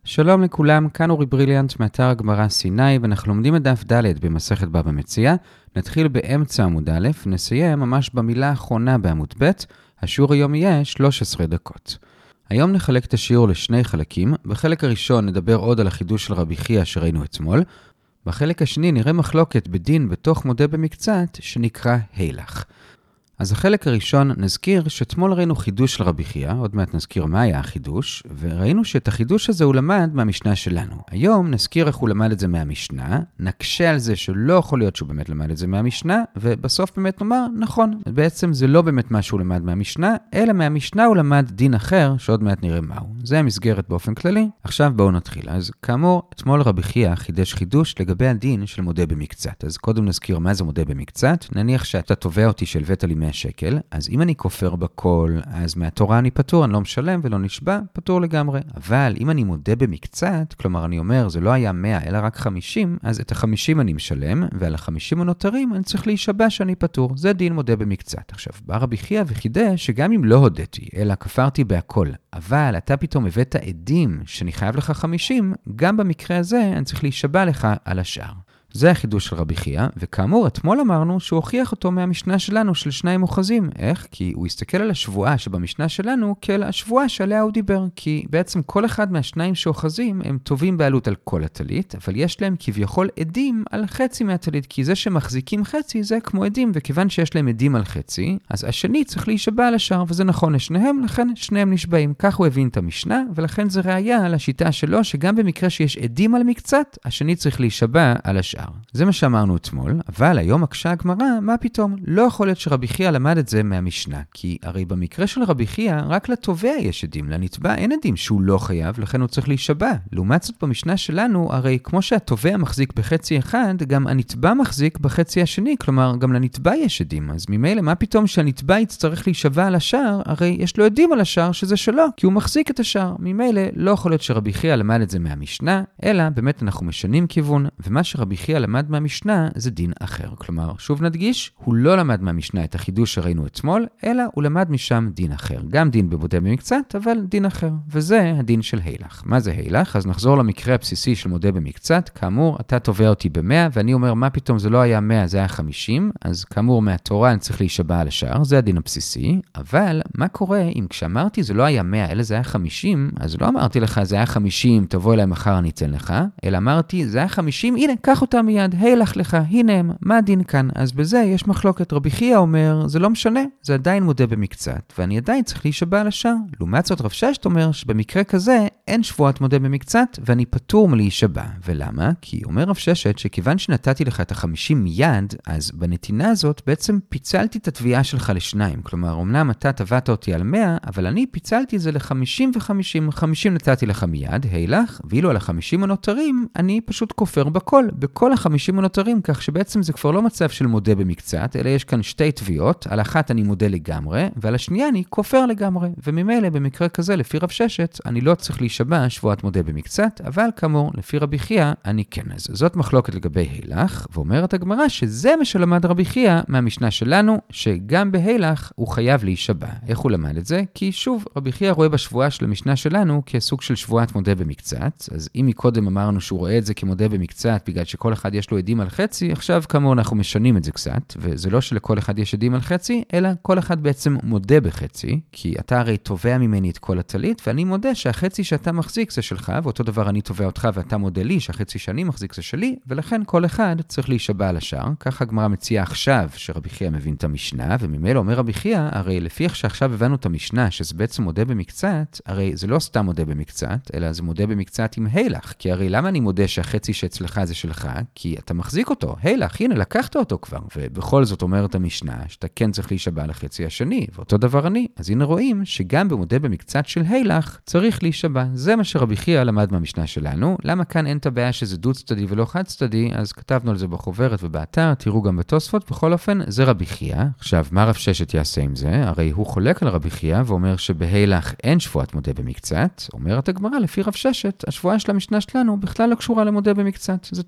שלום לכולם, כאן אורי בריליאנט מאתר הגמרא סיני, ואנחנו לומדים את דף ד' במסכת בבא מציעא. נתחיל באמצע עמוד א', נסיים ממש במילה האחרונה בעמוד ב'. השיעור היום יהיה 13 דקות. היום נחלק את השיעור לשני חלקים. בחלק הראשון נדבר עוד על החידוש של רבי חייא שראינו אתמול. בחלק השני נראה מחלוקת בדין בתוך מודה במקצת שנקרא הילך. אז החלק הראשון נזכיר שאתמול ראינו חידוש של רבי חייא, עוד מעט נזכיר מה היה החידוש, וראינו שאת החידוש הזה הוא למד מהמשנה שלנו. היום נזכיר איך הוא למד את זה מהמשנה, נקשה על זה שלא יכול להיות שהוא באמת למד את זה מהמשנה, ובסוף באמת נאמר, נכון, בעצם זה לא באמת מה שהוא למד מהמשנה, אלא מהמשנה הוא למד דין אחר, שעוד מעט נראה מהו. זה המסגרת באופן כללי. עכשיו בואו נתחיל. אז כאמור, אתמול רבי חייא חידש חידוש לגבי הדין של מודה במקצת. אז קודם נזכיר מה זה מודה במקצת. נניח שאתה תובע אותי שהלווית לי 100 שקל, אז אם אני כופר בכל, אז מהתורה אני פטור, אני לא משלם ולא נשבע, פטור לגמרי. אבל אם אני מודה במקצת, כלומר אני אומר, זה לא היה 100 אלא רק 50, אז את ה-50 אני משלם, ועל ה-50 הנותרים אני צריך להישבע שאני פטור. זה דין מודה במקצת. עכשיו, בא רבי חייא וחידש שגם אם לא הודיתי, אלא כפרתי בהכל, אבל אתה פתאום הבאת עדים שאני חייב לך 50, גם במקרה הזה אני צריך להישבע לך על השאר. זה החידוש של רבי חייא, וכאמור, אתמול אמרנו שהוא הוכיח אותו מהמשנה שלנו של שניים אוחזים. איך? כי הוא הסתכל על השבועה שבמשנה שלנו כאל השבועה שעליה הוא דיבר. כי בעצם כל אחד מהשניים שאוחזים הם טובים בעלות על כל הטלית, אבל יש להם כביכול עדים על חצי מהטלית, כי זה שמחזיקים חצי זה כמו עדים, וכיוון שיש להם עדים על חצי, אז השני צריך להישבע על השאר, וזה נכון לשניהם, לכן שניהם נשבעים. כך הוא הבין את המשנה, ולכן זה ראיה על השיטה שלו, שגם במקרה שיש עדים על מקצת, השני צריך להישבע על השאר. זה מה שאמרנו אתמול, אבל היום הקשה הגמרא, מה פתאום? לא יכול להיות שרבי חייא למד את זה מהמשנה, כי הרי במקרה של רבי חייא, רק לתובע יש עדים, לנתבע אין עדים שהוא לא חייב, לכן הוא צריך להישבע. לעומת זאת במשנה שלנו, הרי כמו שהתובע מחזיק בחצי אחד, גם הנתבע מחזיק בחצי השני, כלומר גם לנתבע יש עדים, אז ממילא מה פתאום שהנתבע יצטרך להישבע על השאר, הרי יש לו עדים על השאר שזה שלו, כי הוא מחזיק את השאר. ממילא לא יכול להיות שרבי חייא למד את זה מהמשנה, אלא באמת אנחנו משנים כיוון, ומה שרבי חייא למד מהמשנה זה דין אחר. כלומר, שוב נדגיש, הוא לא למד מהמשנה את החידוש שראינו אתמול, אלא הוא למד משם דין אחר. גם דין במודה במקצת, אבל דין אחר. וזה הדין של הילך. מה זה הילך? אז נחזור למקרה הבסיסי של מודה במקצת. כאמור, אתה תובע אותי ב-100, ואני אומר, מה פתאום זה לא היה 100, זה היה 50. אז כאמור, מהתורה אני צריך להישבע על השאר, זה הדין הבסיסי. אבל מה קורה אם כשאמרתי זה לא היה 100, אלא זה היה 50, אז לא אמרתי לך, זה היה 50, תבוא אליי מחר אני אתן לך, אלא אמרתי, זה היה 50, הנה, קח אותה מיד, הילך לך, הנה הם, מה הדין כאן? אז בזה יש מחלוקת. רבי חייא אומר, זה לא משנה, זה עדיין מודה במקצת, ואני עדיין צריך להישבע על השאר. לעומת זאת רב ששת אומר שבמקרה כזה אין שבועת מודה במקצת, ואני פטור מלהישבע. ולמה? כי אומר רב ששת שכיוון שנתתי לך את ה-50 מיד, אז בנתינה הזאת בעצם פיצלתי את התביעה שלך לשניים. כלומר, אמנם אתה תבעת אותי על 100, אבל אני פיצלתי את זה ל-50 ו-50. 50 נתתי לך מיד, הילך, ואילו על ה-50 הנותרים, אני פשוט כופר בכל ה-50 הנותרים, כך שבעצם זה כבר לא מצב של מודה במקצת, אלא יש כאן שתי תביעות, על אחת אני מודה לגמרי, ועל השנייה אני כופר לגמרי, וממילא במקרה כזה, לפי רב ששת, אני לא צריך להישבע שבועת מודה במקצת, אבל כאמור, לפי רבי חייא, אני כן. אז זאת מחלוקת לגבי הילך, ואומרת הגמרא שזה מה שלמד רבי חייא מהמשנה שלנו, שגם בהילך הוא חייב להישבע. איך הוא למד את זה? כי שוב, רבי חייא רואה בשבועה של המשנה שלנו כסוג של שבועת מודה במקצת, אז אם מקודם אמרנו שהוא רואה את זה כמודה במקצת, בגלל שכל אחד יש לו עדים על חצי, עכשיו כאמור אנחנו משנים את זה קצת, וזה לא שלכל אחד יש עדים על חצי, אלא כל אחד בעצם מודה בחצי, כי אתה הרי תובע ממני את כל הטלית, ואני מודה שהחצי שאתה מחזיק זה שלך, ואותו דבר אני תובע אותך ואתה מודה לי שהחצי שאני מחזיק זה שלי, ולכן כל אחד צריך להישבע על השאר. ככה הגמרא מציעה עכשיו שרבי חייא מבין את המשנה, וממילא אומר רבי חייא, הרי לפי איך שעכשיו הבנו את המשנה, שזה בעצם מודה במקצת, הרי זה לא סתם מודה במקצת, אלא זה מודה במקצת עם הילך, כי הרי למה אני מודה שהחצי שאצלך זה שלך? כי אתה מחזיק אותו, הילך, הנה, לקחת אותו כבר. ובכל זאת אומרת המשנה, שאתה כן צריך להישבע על החצי השני, ואותו דבר אני. אז הנה רואים שגם במודה במקצת של הילך, צריך להישבע. זה מה שרבי חייא למד מהמשנה שלנו. למה כאן אין את הבעיה שזה דו צדדי ולא חד צדדי? אז כתבנו על זה בחוברת ובאתר, תראו גם בתוספות. בכל אופן, זה רבי חייא. עכשיו, מה רב ששת יעשה עם זה? הרי הוא חולק על רבי חייא ואומר שבהילך אין שבועת מודה במקצת. אומרת הגמרא לפי רב ששת, השבועה של המשנה שלנו בכלל לא קשורה למודה במקצת. זה תקנת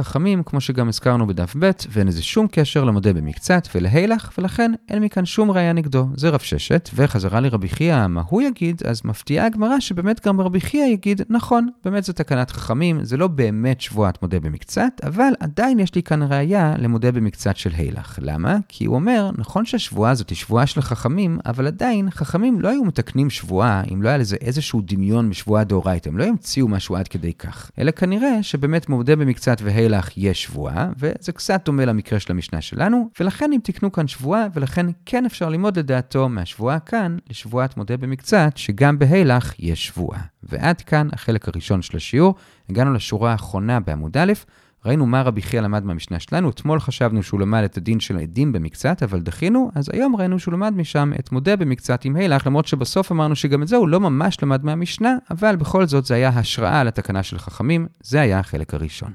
חכמים, כמו שגם הזכרנו בדף ב', ואין איזה שום קשר למודה במקצת ולהילך, ולכן אין מכאן שום ראיה נגדו. זה רב ששת, וחזרה לרבי חייא, מה הוא יגיד? אז מפתיעה הגמרא שבאמת גם רבי חייא יגיד, נכון, באמת זה תקנת חכמים, זה לא באמת שבועת מודה במקצת, אבל עדיין יש לי כאן ראיה למודה במקצת של הילך. למה? כי הוא אומר, נכון שהשבועה הזאת היא שבועה של חכמים, אבל עדיין חכמים לא היו מתקנים שבועה אם לא היה לזה איזשהו דמיון משבועה דאורייתא, הם לא ימציאו משהו עד כדי כך. אלא כנראה שבאמת מודה במקצת והילך יש שבועה, וזה קצת דומה למקרה של המשנה שלנו, ולכן אם תקנו כאן שבועה, ולכן כן אפשר ללמוד לדעתו מהשבועה כאן לשבועת מודה במקצת, שגם בהילך יש שבועה. ועד כאן החלק הראשון של השיעור. הגענו לשורה האחרונה בעמוד א', ראינו מה רבי חייא למד מהמשנה שלנו, אתמול חשבנו שהוא למד את הדין של עדים במקצת, אבל דחינו, אז היום ראינו שהוא למד משם את מודה במקצת עם הילך, למרות שבסוף אמרנו שגם את זה הוא לא ממש למד מהמשנה, אבל בכל זאת זה היה השראה לתקנה של חכמים, זה היה החלק הראשון.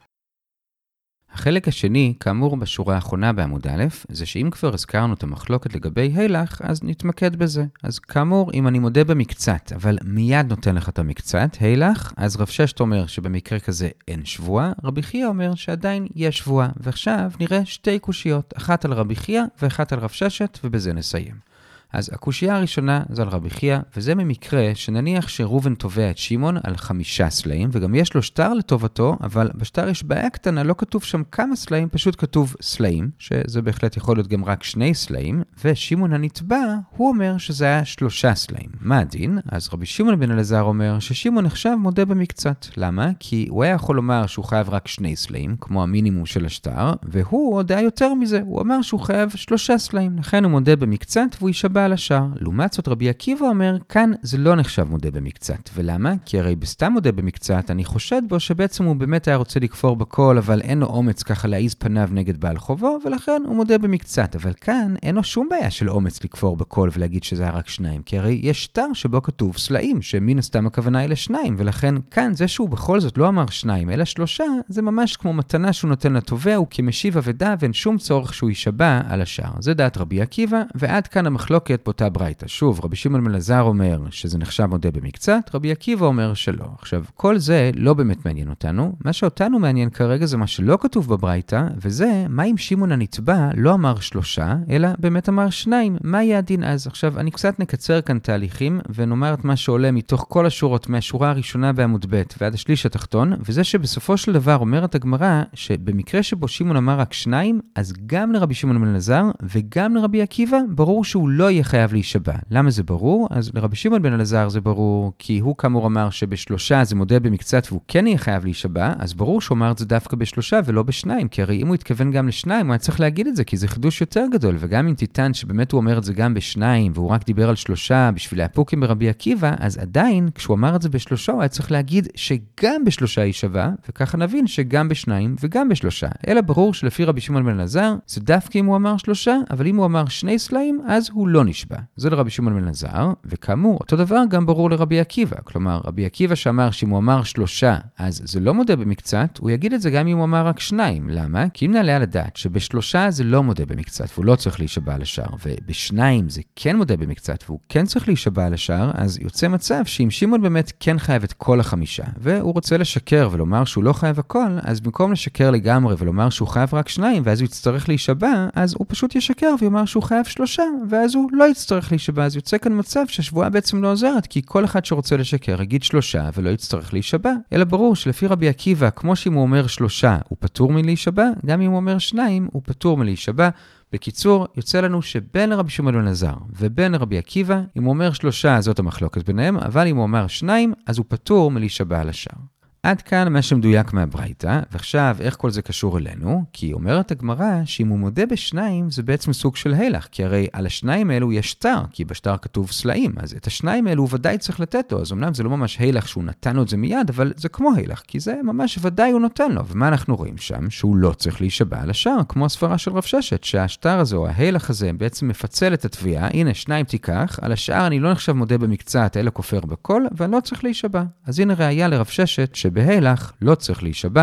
החלק השני, כאמור בשורה האחרונה בעמוד א', זה שאם כבר הזכרנו את המחלוקת לגבי הילך, אז נתמקד בזה. אז כאמור, אם אני מודה במקצת, אבל מיד נותן לך את המקצת, הילך, אז רב ששת אומר שבמקרה כזה אין שבועה, רבי חייא אומר שעדיין יש שבועה. ועכשיו נראה שתי קושיות, אחת על רבי חייא ואחת על רב ששת, ובזה נסיים. אז הקושייה הראשונה זה על רבי חייא, וזה ממקרה שנניח שראובן תובע את שמעון על 5 סלעים, וגם יש לו שטר לטובתו, אבל בשטר יש בעיה קטנה, לא כתוב שם כמה סלעים, פשוט כתוב סלעים, שזה בהחלט יכול להיות גם רק 2 סלעים, ושמעון הנתבע, הוא אומר שזה היה 3 סלעים. מה הדין? אז רבי שמעון בן אלעזר אומר ששמעון נחשב מודה במקצת. למה? כי הוא היה יכול לומר שהוא חייב רק 2 סלעים, כמו המינימום של השטר, והוא הודע יותר מזה, הוא אמר שהוא חייב 3 סלעים, לכן הוא מודה במקצת והוא יישבע על השאר. לעומת זאת רבי עקיבא אומר, כאן זה לא נחשב מודה במקצת. ולמה? כי הרי בסתם מודה במקצת, אני חושד בו שבעצם הוא באמת היה רוצה לכפור בכל, אבל אין לו אומץ ככה להעיז פניו נגד בעל חובו, ולכן הוא מודה במקצת. אבל כאן אין לו שום בעיה של אומץ לכפור בכל ולהגיד שזה היה רק 2, כי הרי יש שטר שבו כתוב סלעים, שמן הסתם הכוונה היא ל2, ולכן כאן זה שהוא בכל זאת לא אמר 2, אלא 3, זה ממש כמו מתנה שהוא נותן לתובע, הוא כמשיב אבדה ואין שום צורך שהוא יישבע על השאר. זה דעת רבי עקיבא, ועד כאן המחלוקת באותה ברייתא. שוב, רבי שמעון בן אלעזר אומר שזה נחשב מודה במקצת, רבי עקיבא אומר שלא. עכשיו, כל זה לא באמת מעניין אותנו. מה שאותנו מעניין כרגע זה מה שלא כתוב בברייתא, וזה מה אם שמעון הנתבע לא אמר 3, אלא באמת אמר 2. מה יהיה הדין אז? עכשיו, אני קצת נקצר כאן תהליכים, ונאמר את מה שעולה מתוך כל השורות, מהשורה הראשונה בעמוד ב' ועד השליש התחתון, וזה שבסופו של דבר אומרת הגמרא, שבמקרה שבו שמעון אמר רק 2, אז גם לרבי שמעון בן אלעזר וגם לרבי עקיבא, ברור שהוא לא יהיה חייב להישבע. למה זה ברור? אז לרבי שמעון בן אלעזר זה ברור, כי הוא כאמור אמר שב3 זה מודה במקצת והוא כן יהיה חייב להישבע, אז ברור שהוא אמר את זה דווקא ב3 ולא ב2, כי הרי אם הוא התכוון גם ל2, הוא היה צריך להגיד את זה, כי זה חידוש יותר גדול, וגם אם תיתן שבאמת הוא אומר את זה גם ב2, והוא רק דיבר על 3 בשביל להפוקים ברבי עקיבא, אז עדיין, כשהוא אמר את זה ב3, הוא היה צריך להגיד שגם ב3 יישבע, וככה נבין שגם ב2 וגם ב3. אלא ברור שלפי רבי שמעון בן אלעזר, זה דווקא אם הוא אמר 3, אבל אם הוא אמר 2 סלעים, אז הוא לא נשבע. זה לרבי שמעון בן אלעזר, וכאמור, אותו דבר גם ברור לרבי עקיבא. כלומר, רבי עקיבא שאמר שאם הוא אמר 3, אז זה לא מודה במקצת, הוא יגיד את זה גם אם הוא אמר רק 2. למה? כי אם נעלה על הדעת שב3 זה לא מודה במקצת, והוא לא צריך להישבע על השאר, וב2 זה כן מודה במקצת, והוא כן צריך להישבע על השאר, אז יוצא מצב שאם שמעון באמת כן חייב את כל 5, והוא רוצה לשקר ולומר שהוא לא חייב הכל, אז במקום לשקר לגמרי ולומר שהוא חייב רק 2, ואז הוא יצטרך להישבע, אז הוא פשוט ישקר ויאמר שהוא חייב 3, ואז הוא לא יצטרך להישבע. אז יוצא כאן מצב שהשבועה בעצם לא עוזרת, כי כל אחד שרוצה לשקר יגיד 3 ולא יצטרך להישבע. אלא ברור שלפי רבי עקיבא, כמו שאם הוא אומר 3 הוא פטור מלהישבע, גם אם הוא אומר 2 הוא פטור מלהישבע. בקיצור, יוצא לנו שבין רבי שמעון בן אלעזר ובין רבי עקיבא, אם הוא אומר 3 זאת המחלוקת ביניהם, אבל אם הוא אומר 2 אז הוא פטור מלהישבע על השאר. עד כאן מה שמדויק מהברייתא, ועכשיו איך כל זה קשור אלינו? כי אומרת הגמרא שאם הוא מודה ב2 זה בעצם סוג של הילך, כי הרי על השניים האלו יש שטר, כי בשטר כתוב סלעים, אז את השניים האלו הוא ודאי צריך לתת לו, אז אמנם זה לא ממש הילך שהוא נתן לו את זה מיד, אבל זה כמו הילך, כי זה ממש ודאי הוא נותן לו, ומה אנחנו רואים שם? שהוא לא צריך להישבע על השאר, כמו הספרה של רב ששת, שהשטר הזה או ההילך הזה בעצם מפצל את התביעה, הנה 2 תיקח, על השאר אני לא נחשב מודה במקצת, אלא כופר בכל, ואני לא צריך להישבע. אז הנה ראיה לרב ששת שבהילך לא צריך להישבע,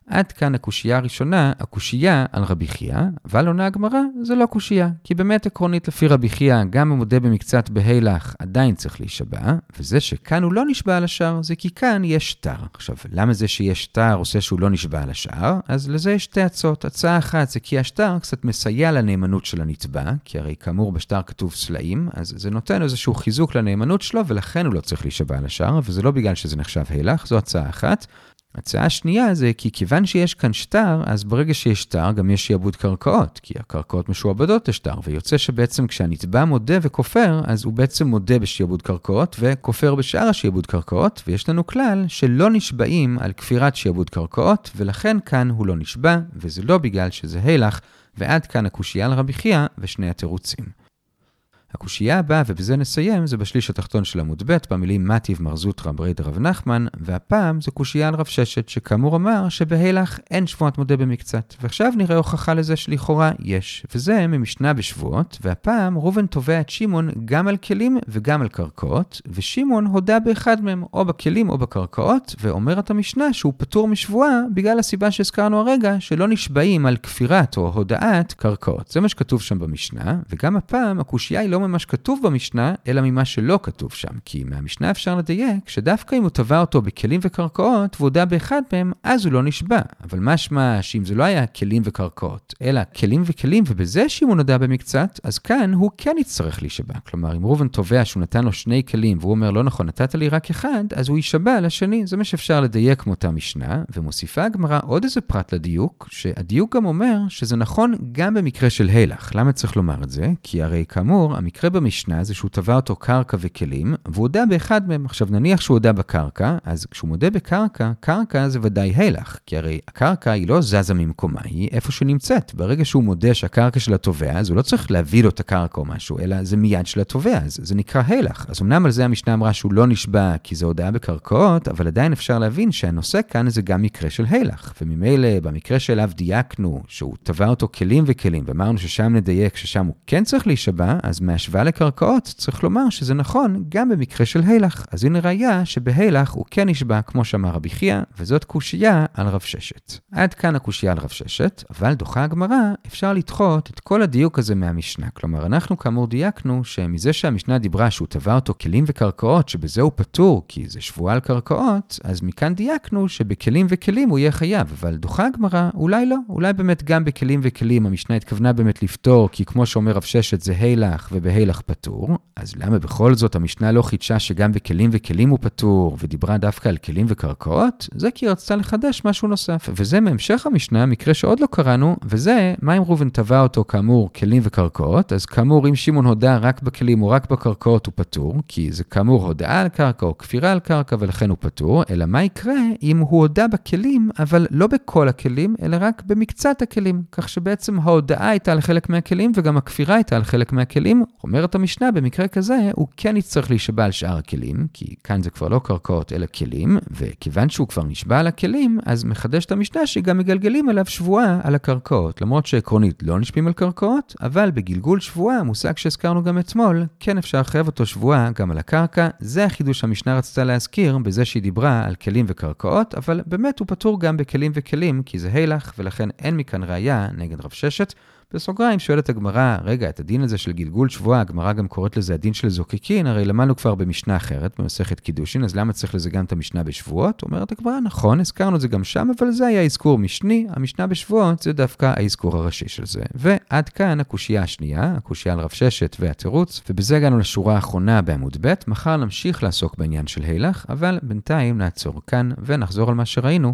עד כאן הקושייה הראשונה, הקושייה על רבי חייא, אבל עונה הגמרא, זה לא קושייה, כי באמת עקרונית לפי רבי חייא, גם המודה במקצת בהילך עדיין צריך להישבע, וזה שכאן הוא לא נשבע על השאר, זה כי כאן יש שטר. עכשיו, למה זה שיש שטר עושה שהוא לא נשבע על השאר? אז לזה יש שתי הצעות. הצעה אחת זה כי השטר קצת מסייע לנאמנות של הנתבע, כי הרי כאמור בשטר כתוב סלעים, אז זה נותן איזשהו חיזוק לנאמנות שלו, ולכן הוא לא צריך להישבע על השאר, וזה לא בגלל שזה נחשב הילך, זו הצעה אחת. הצעה שנייה זה כי כיוון שיש כאן שטר, אז ברגע שיש שטר גם יש שיעבוד קרקעות, כי הקרקעות משועבדות לשטר, ויוצא שבעצם כשהנתבע מודה וכופר, אז הוא בעצם מודה בשיעבוד קרקעות וכופר בשאר השיעבוד קרקעות, ויש לנו כלל שלא נשבעים על כפירת שיעבוד קרקעות, ולכן כאן הוא לא נשבע, וזה לא בגלל שזה הילך, ועד כאן הקושייה על רבי חייא ושני התירוצים. הקושייה הבאה, ובזה נסיים, זה בשליש התחתון של עמוד ב' במילים מטיב מר זוטרא ברי דרב נחמן, והפעם זה קושייה על רב ששת, שכאמור אמר שבהילך אין שבועת מודה במקצת. ועכשיו נראה הוכחה לזה שלכאורה יש, וזה ממשנה בשבועות, והפעם ראובן תובע את שמעון גם על כלים וגם על קרקעות, ושמעון הודה באחד מהם, או בכלים או בקרקעות, ואומרת המשנה שהוא פטור משבועה בגלל הסיבה שהזכרנו הרגע, שלא נשבעים על כפירת או הודעת קרקעות. זה מה שכתוב שם במשנה, וגם הפעם הקושייה היא לא ממה שכתוב במשנה, אלא ממה שלא כתוב שם. כי מהמשנה אפשר לדייק שדווקא אם הוא תבע אותו בכלים וקרקעות, והודה באחד מהם, אז הוא לא נשבע. אבל משמע שאם זה לא היה כלים וקרקעות, אלא כלים וכלים, ובזה שמעון הודה במקצת, אז כאן הוא כן יצטרך להישבע. כלומר, אם ראובן תובע שהוא נתן לו שני כלים, והוא אומר, לא נכון, נתת לי רק אחד, אז הוא יישבע לשני. זה מה שאפשר לדייק מאותה משנה, ומוסיפה הגמרא עוד איזה פרט לדיוק, שהדיוק גם אומר שזה נכון גם במקרה של הילך. למה צריך לומר את זה? כי הרי כאמור, המקרה במשנה זה שהוא תבע אותו קרקע וכלים, והוא הודה באחד מהם. עכשיו נניח שהוא הודה בקרקע, אז כשהוא מודה בקרקע, קרקע זה ודאי הילך, כי הרי הקרקע היא לא זזה ממקומה, היא איפה שנמצאת. ברגע שהוא מודה שהקרקע של התובע, אז הוא לא צריך להביא לו את הקרקע או משהו, אלא זה מיד של התובע, אז זה נקרא הילך. אז אמנם על זה המשנה אמרה שהוא לא נשבע כי זה הודעה בקרקעות, אבל עדיין אפשר להבין שהנושא כאן זה גם מקרה של הילך. וממילא במקרה שאליו דייקנו שהוא תבע אותו כלים וכלים, ואמרנו ששם נדייק ששם הוא כן צריך להישבע, אז מהשוואה לקרקעות צריך לומר שזה נכון גם במקרה של הילך. אז הנה ראיה שבהילך הוא כן נשבע כמו שאמר רבי חייא, וזאת קושייה על רב ששת. עד כאן הקושייה על רב ששת, אבל דוחה הגמרא אפשר לדחות את כל הדיוק הזה מהמשנה. כלומר, אנחנו כאמור דייקנו שמזה שהמשנה דיברה שהוא תבע אותו כלים וקרקעות, שבזה הוא פטור כי זה שבועה על קרקעות, אז מכאן דייקנו שבכלים וכלים הוא יהיה חייב. אבל דוחה הגמרא, אולי לא. אולי באמת גם בכלים וכלים המשנה התכוונה באמת לפתור, כי כמו שאומר רב ששת זה הילך ובהילך פטור. אז למה בכל זאת המשנה לא חידשה שגם בכלים וכלים הוא פטור, ודיברה דווקא על כלים וקרקעות? זה כי רצתה לחדש משהו נוסף. וזה מהמשך המשנה, מקרה שעוד לא קראנו, וזה מה אם ראובן תבע אותו כאמור כלים וקרקעות, אז כאמור אם שמעון הודה רק בכלים או רק בקרקעות הוא פטור, כי זה כאמור הודעה על קרקע או כפירה על קרקע ולכן הוא פטור, אלא מה יקרה אם הוא הודה בכלים, אבל לא בכל הכלים, אלא רק במקצת הכלים, כך שבעצם ההודעה הייתה על חלק מהכלים וגם הכפירה הייתה על חלק מהכלים. אומרת המשנה, במקרה כזה הוא כן יצטרך להישבע על שאר הכלים, כי כאן זה כבר לא קרקעות אלא כלים, וכיוון שהוא כבר נשבע על הכלים, אז מחדש את המשנה שגם מגלגלים עליו שבועה על הקרקעות, למרות שעקרונית לא נשבים על קרקעות, אבל בגלגול שבועה, המושג שהזכרנו גם אתמול, כן אפשר לחייב אותו שבועה גם על הקרקע. זה החידוש המשנה רצתה להזכיר בזה שהיא דיברה על כלים וקרקעות, אבל באמת הוא פטור גם בכלים וכלים, כי זה הילך, ולכן אין מכאן ראיה נגד רב ששת. בסוגריים שואלת הגמרא, רגע, את הדין הזה של גלגול שבועה, הגמרא גם קוראת לזה הדין של זוקקין, הרי למדנו כבר במשנה אחרת, במסכת קידושין, אז למה צריך לזה גם את המשנה בשבועות? אומרת הגמרא, נכון, הזכרנו את זה גם שם, אבל זה היה אזכור משני, המשנה בשבועות זה דווקא האזכור הראשי של זה. ועד כאן הקושייה השנייה, הקושייה על רב ששת והתירוץ, ובזה הגענו לשורה האחרונה בעמוד ב'. מחר נמשיך לעסוק בעניין של הילך, אבל בינתיים נעצור כאן ונחזור על מה שראינו.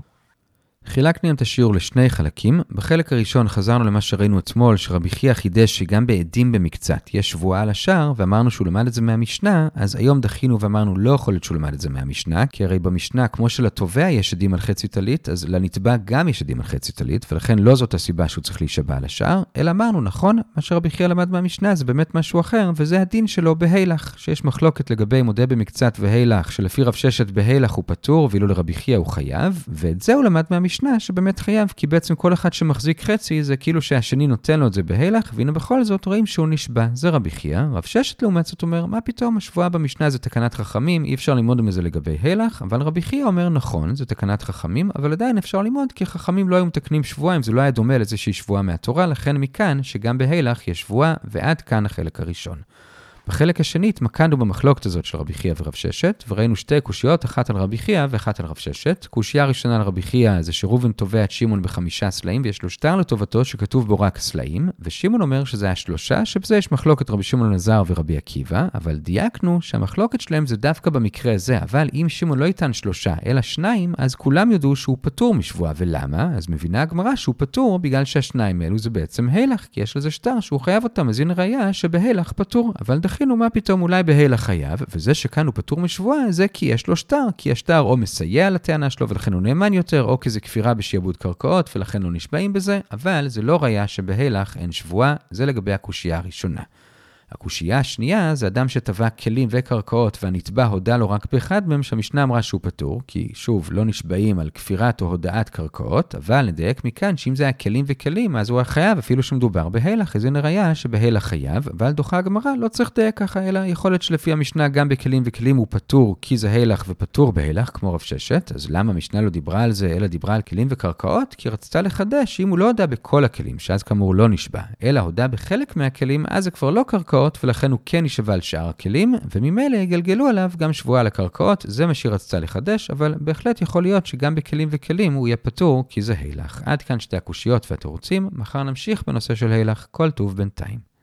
חילקנו את השיעור לשני חלקים. בחלק הראשון חזרנו למה שראינו אתמול, שרבי חייא חידש שגם בעדים במקצת יש שבועה על השאר, ואמרנו שהוא למד את זה מהמשנה, אז היום דחינו ואמרנו לא יכול להיות שהוא למד את זה מהמשנה, כי הרי במשנה, כמו שלתובע יש עדים על חצי טלית, אז לנתבע גם יש עדים על חצי טלית, ולכן לא זאת הסיבה שהוא צריך להישבע על השאר, אלא אמרנו, נכון, מה שרבי חייא למד מהמשנה זה באמת משהו אחר, וזה הדין שלו בהילך, שיש מחלוקת לגבי מודה במקצת והילך, שלפי רב ששת בהילך הוא פטור, ואילו לרבי חייא הוא חייב, ואת זה הוא למד מהמשנה. במשנה שבאמת חייב, כי בעצם כל אחד שמחזיק חצי זה כאילו שהשני נותן לו את זה בהילך, והנה בכל זאת רואים שהוא נשבע. זה רבי חייא. רב ששת לעומת זאת אומר, מה פתאום, השבועה במשנה זה תקנת חכמים, אי אפשר ללמוד מזה לגבי הילך, אבל רבי חייא אומר נכון, זה תקנת חכמים, אבל עדיין אפשר ללמוד, כי חכמים לא היו מתקנים שבועה, אם זה לא היה דומה לאיזושהי שבועה מהתורה, לכן מכאן שגם בהילך יש שבועה, ועד כאן החלק הראשון. בחלק השני התמקדנו במחלוקת הזאת של רבי חייא ורב ששת, וראינו שתי קושיות, אחת על רבי חייא ואחת על רב ששת. קושייה הראשונה על רבי חייא זה שראובן תובע את שמעון ב5 סלעים, ויש לו שטר לטובתו שכתוב בו רק סלעים, ושמעון אומר שזה היה 3, שבזה יש מחלוקת רבי שמעון אלעזר ורבי עקיבא, אבל דייקנו שהמחלוקת שלהם זה דווקא במקרה הזה, אבל אם שמעון לא ייתן 3 אלא 2, אז כולם יודעו שהוא פטור משבועה. ולמה? אז מבינה הגמרא שהוא פטור בגלל שהשניים אלו זה בעצם הילך, כי יש לזה שטר שהוא חייב אותם, אז הנה ראיה שבהילך פטור. אבל דחינו מה פתאום אולי בהילך חייב, וזה שכאן הוא פטור משבועה זה כי יש לו שטר, כי השטר או מסייע לטענה שלו ולכן הוא נאמן יותר, או כי זה כפירה בשיעבוד קרקעות ולכן לא נשבעים בזה, אבל זה לא ראיה שבהילך אין שבועה. זה לגבי הקושייה הראשונה. הקושייה השנייה זה אדם שטבע כלים וקרקעות והנתבע הודע לו רק באחד מהם, שהמשנה אמרה שהוא פטור, כי שוב לא נשבעים על כפירת או הודעת קרקעות, אבל נדייק מכאן שאם זה היה כלים וכלים אז הוא חייב אפילו שמדובר בהילך, אז הנה ראיה שבהילך חייב, אבל דוחה הגמרא לא צריך לדייק ככה, אלא יכול להיות שלפי המשנה גם בכלים וכלים הוא פטור כי זה הילך ופטור בהילך כמו רב ששת. אז למה המשנה לא דיברה על זה אלא דיברה על כלים וקרקעות? כי רצתה לחדש שאם הוא לא הודע בכל הכלים, שאז כאמור לא נשבע, אלא הודע בחלק מהכלים, אז זה כבר לא קרקעות, ולכן הוא כן יישבע על שאר הכלים, וממילא יגלגלו עליו גם שבועה על הקרקעות. זה מה שהיא רצתה לחדש, אבל בהחלט יכול להיות שגם בכלים וכלים הוא יהיה פטור כי זה הילך. עד כאן שתי הקושיות והתירוצים, מחר נמשיך בנושא של הילך. כל טוב בינתיים.